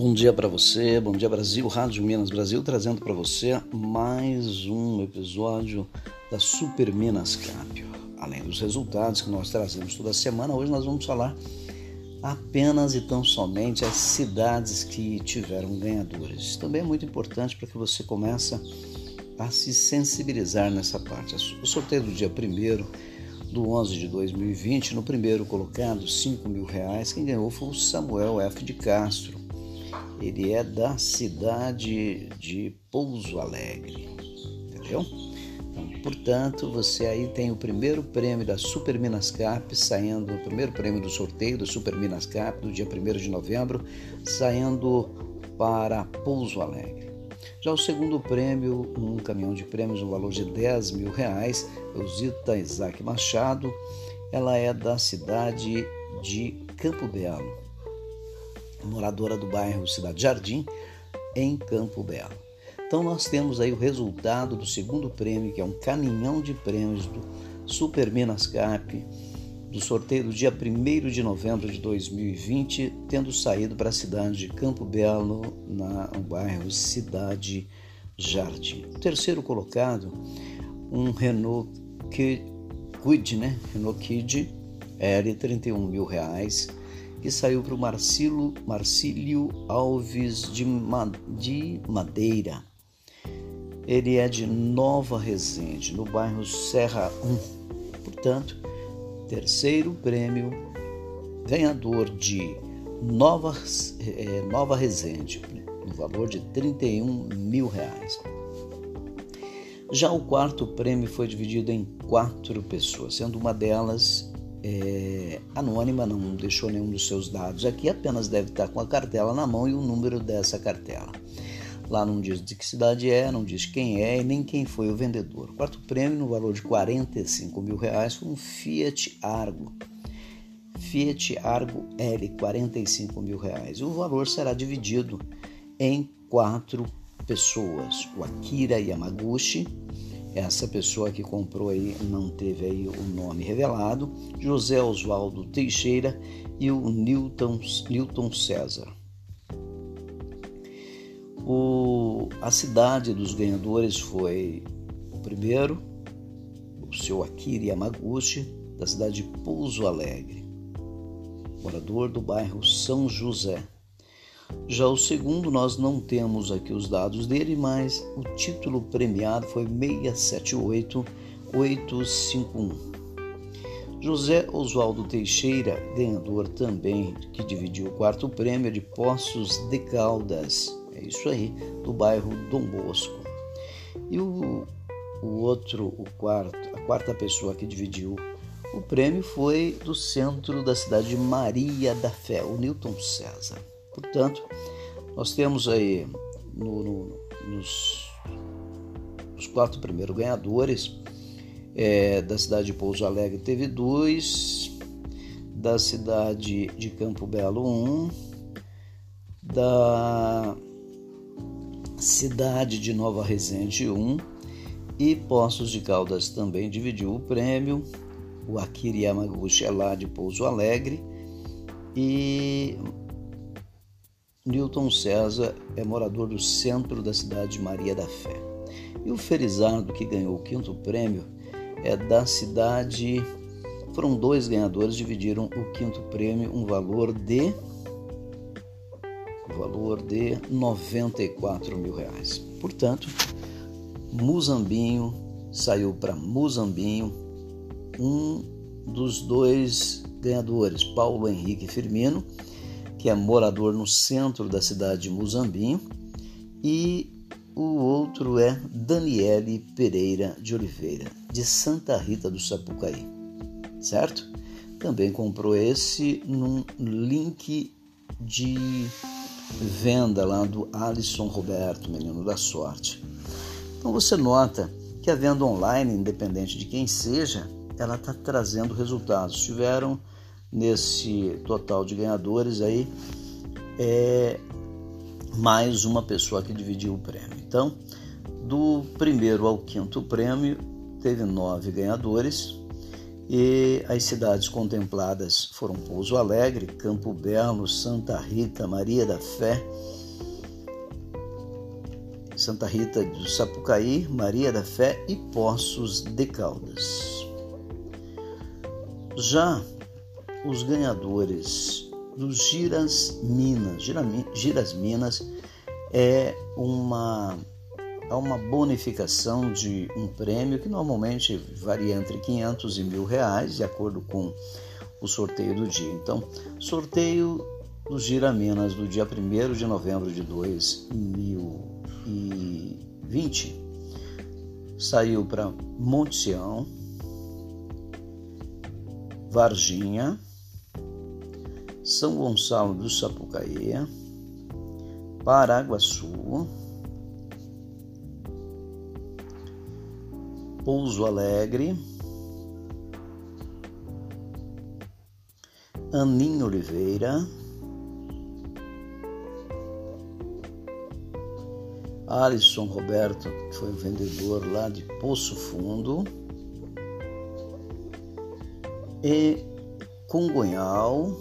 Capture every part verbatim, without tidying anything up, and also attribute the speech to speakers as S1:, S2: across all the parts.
S1: Bom dia para você, bom dia Brasil, Rádio Minas Brasil, trazendo para você mais um episódio da Super Minas Cap. Além dos resultados que nós trazemos toda semana, hoje nós vamos falar apenas e tão somente as cidades que tiveram ganhadores. Também é muito importante para que você comece a se sensibilizar nessa parte. O sorteio do dia primeiro do onze de dois mil e vinte, no primeiro colocado, cinco mil reais, quem ganhou foi o Samuel F. de Castro. Ele é da cidade de Pouso Alegre, entendeu? Então, portanto, você aí tem o primeiro prêmio da Super Minas Cap saindo, o primeiro prêmio do sorteio da Super Minas Cap do dia primeiro de novembro, saindo para Pouso Alegre. Já o segundo prêmio, um caminhão de prêmios no valor de dez mil reais, Eusita Isaac Machado, ela é da cidade de Campo Belo, moradora do bairro Cidade Jardim, em Campo Belo. Então nós temos aí o resultado do segundo prêmio, que é um caminhão de prêmios do Super Minas Cap, do sorteio do dia primeiro de novembro de dois mil e vinte, tendo saído para a cidade de Campo Belo, na, no bairro Cidade Jardim. O terceiro colocado, um Renault Kwid, né? Renault Kwid, L, trinta e um mil reais, que saiu para o Marcílio, Marcílio Alves de, Ma, de Madeira. Ele é de Nova Resende, no bairro Serra um. Portanto, terceiro prêmio, ganhador de Nova, é, Nova Resende, no valor de trinta e um mil reais. Já o quarto prêmio foi dividido em quatro pessoas, sendo uma delas É, anônima, não deixou nenhum dos seus dados aqui, apenas deve estar com a cartela na mão e o número dessa cartela. Lá não diz de que cidade é, não diz quem é e nem quem foi o vendedor. O quarto prêmio, no valor de quarenta e cinco mil reais, foi um Fiat Argo. Fiat Argo L, quarenta e cinco mil reais. E o valor será dividido em quatro pessoas. O Akira Yamaguchi, essa pessoa que comprou aí não teve aí o nome revelado, José Oswaldo Teixeira e o Newton, Newton César. O, a cidade dos ganhadores foi o primeiro, o seu Akira Yamaguchi, da cidade de Pouso Alegre, morador do bairro São José. Já o segundo, nós não temos aqui os dados dele, mas o título premiado foi seis sete oito oito cinco um. José Oswaldo Teixeira, ganhador também, que dividiu o quarto prêmio de Poços de Caldas, é isso aí, do bairro Dom Bosco. E o, o outro, o quarto, a quarta pessoa que dividiu o prêmio foi do centro da cidade de Maria da Fé, o Newton César. Portanto, nós temos aí no, no, nos, nos quatro primeiros ganhadores, é, da cidade de Pouso Alegre teve dois, da cidade de Campo Belo um, da cidade de Nova Resende um, e Poços de Caldas também dividiu o prêmio. O Akira Yamaguchi é lá de Pouso Alegre e Newton César é morador do centro da cidade de Maria da Fé. E o Felizardo, que ganhou o quinto prêmio, é da cidade... Foram dois ganhadores, dividiram o quinto prêmio, um valor de... Um valor de noventa e quatro mil reais. Portanto, Muzambinho saiu para Muzambinho, um dos dois ganhadores, Paulo Henrique Firmino, que é morador no centro da cidade de Muzambinho, e o outro é Daniele Pereira de Oliveira, de Santa Rita do Sapucaí, certo? Também comprou esse num link de venda lá do Alisson Roberto, menino da sorte. Então você nota que a venda online, independente de quem seja, ela está trazendo resultados. Tiveram nesse total de ganhadores aí é mais uma pessoa que dividiu o prêmio. Então, do primeiro ao quinto prêmio teve nove ganhadores E as cidades contempladas foram Pouso Alegre, Campo Belo, Santa Rita, Maria da Fé, Santa Rita do Sapucaí, Maria da Fé e Poços de Caldas. Já os ganhadores dos Giras Minas, Giras Minas é uma, é uma bonificação de um prêmio que normalmente varia entre quinhentos e mil reais, de acordo com o sorteio do dia. Então, sorteio do Gira Minas do dia primeiro de novembro de dois mil e vinte saiu para Monte Sião, Varginha, São Gonçalo do Sapucaí, Paraguaçu, Pouso Alegre, Aninho Oliveira, Alisson Roberto, que foi o vendedor lá de Poço Fundo, e Congonhal,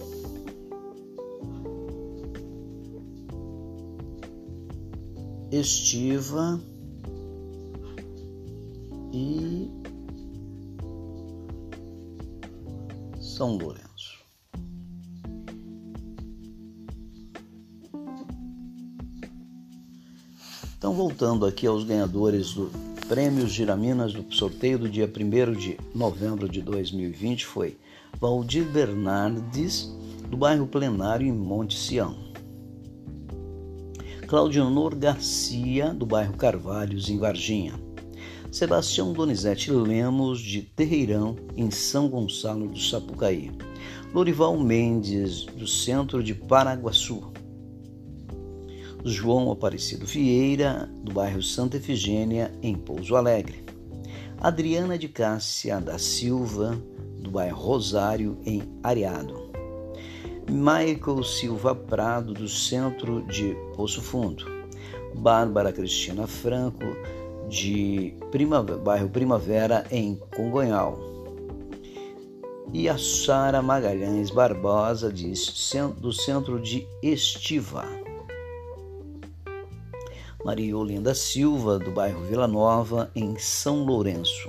S1: Estiva e São Lourenço. Então, voltando aqui aos ganhadores do Prêmio Gira Minas do sorteio do dia primeiro de novembro de dois mil e vinte, foi Valdir Bernardes, do bairro Plenário, em Monte Sião. Claudionor Garcia, do bairro Carvalhos, em Varginha. Sebastião Donizete Lemos, de Terreirão, em São Gonçalo do Sapucaí. Lorival Mendes, do centro de Paraguaçu. João Aparecido Vieira, do bairro Santa Efigênia, em Pouso Alegre. Adriana de Cássia da Silva, do bairro Rosário, em Areado. Michael Silva Prado, do centro de Poço Fundo. Bárbara Cristina Franco, de Primavera, bairro Primavera, em Congonhal. E a Sara Magalhães Barbosa, de, do centro de Estiva. Maria Olinda Silva, do bairro Vila Nova, em São Lourenço.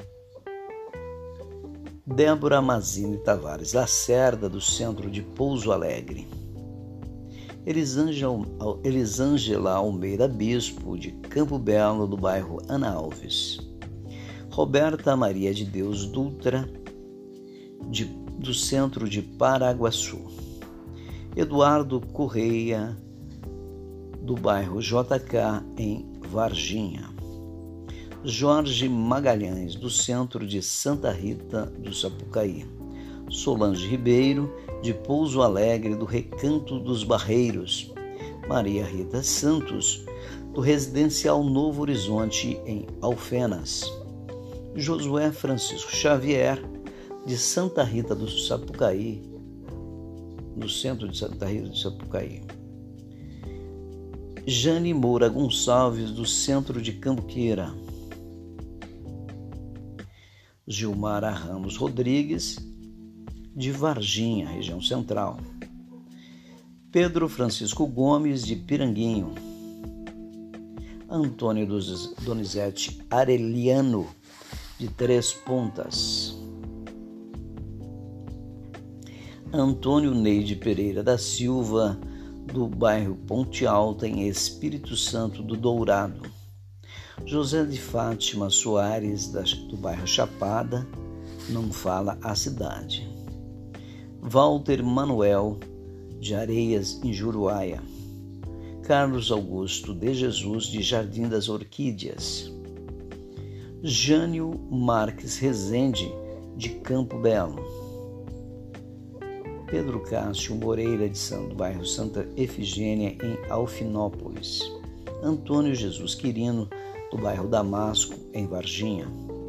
S1: Débora Mazini Tavares Lacerda, do centro de Pouso Alegre. Elisângela Almeida Bispo, de Campo Belo, do bairro Ana Alves. Roberta Maria de Deus Dutra, de, do centro de Paraguaçu. Eduardo Correia, do bairro J K, em Varginha. Jorge Magalhães, do centro de Santa Rita do Sapucaí. Solange Ribeiro, de Pouso Alegre, do Recanto dos Barreiros. Maria Rita Santos, do Residencial Novo Horizonte, em Alfenas. Josué Francisco Xavier, de Santa Rita do Sapucaí, do centro de Santa Rita do Sapucaí. Jane Moura Gonçalves, do centro de Cambuquira. Gilmara Ramos Rodrigues, de Varginha, região central. Pedro Francisco Gomes, de Piranguinho. Antônio Donizete Areliano, de Três Pontas. Antônio Neide Pereira da Silva, do bairro Ponte Alta, em Espírito Santo do Dourado. José de Fátima Soares, do bairro Chapada, não fala a cidade. Walter Manuel, de Areias, em Juruáia. Carlos Augusto de Jesus, de Jardim das Orquídeas. Jânio Marques Rezende, de Campo Belo. Pedro Cássio Moreira, de São, do bairro Santa Efigênia, em Alfinópolis. Antônio Jesus Quirino, do bairro Damasco, em Varginha.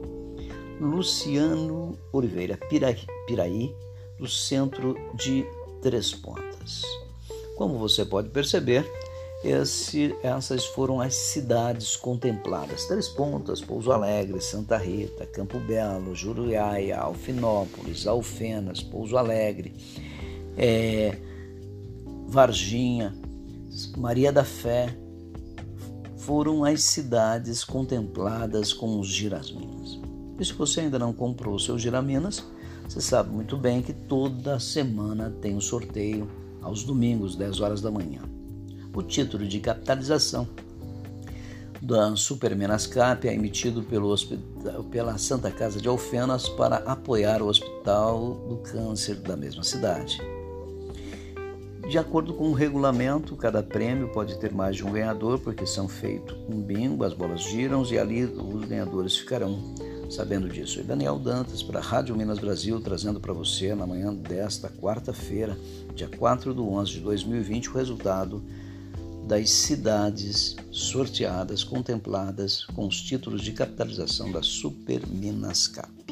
S1: Luciano Oliveira Piraí, do centro de Três Pontas. Como você pode perceber, Esse, essas foram as cidades contempladas: Três Pontas, Pouso Alegre, Santa Rita, Campo Belo, Juruiaia, Alfinópolis, Alfenas, Pouso Alegre, é, Varginha, Maria da Fé. Foram as cidades contempladas com os Giraminas. E se você ainda não comprou o seu Giraminas, você sabe muito bem que toda semana tem um sorteio aos domingos, dez horas da manhã. O título de capitalização da Super Menascap é emitido pelo hospital, pela Santa Casa de Alfenas para apoiar o Hospital do Câncer da mesma cidade. De acordo com o regulamento, cada prêmio pode ter mais de um ganhador, porque são feitos um bingo, as bolas giram e ali os ganhadores ficarão sabendo disso. E Daniel Dantas para a Rádio Minas Brasil, trazendo para você na manhã desta quarta-feira, dia quatro de onze de dois mil e vinte, o resultado das cidades sorteadas, contempladas com os títulos de capitalização da Super Menascap.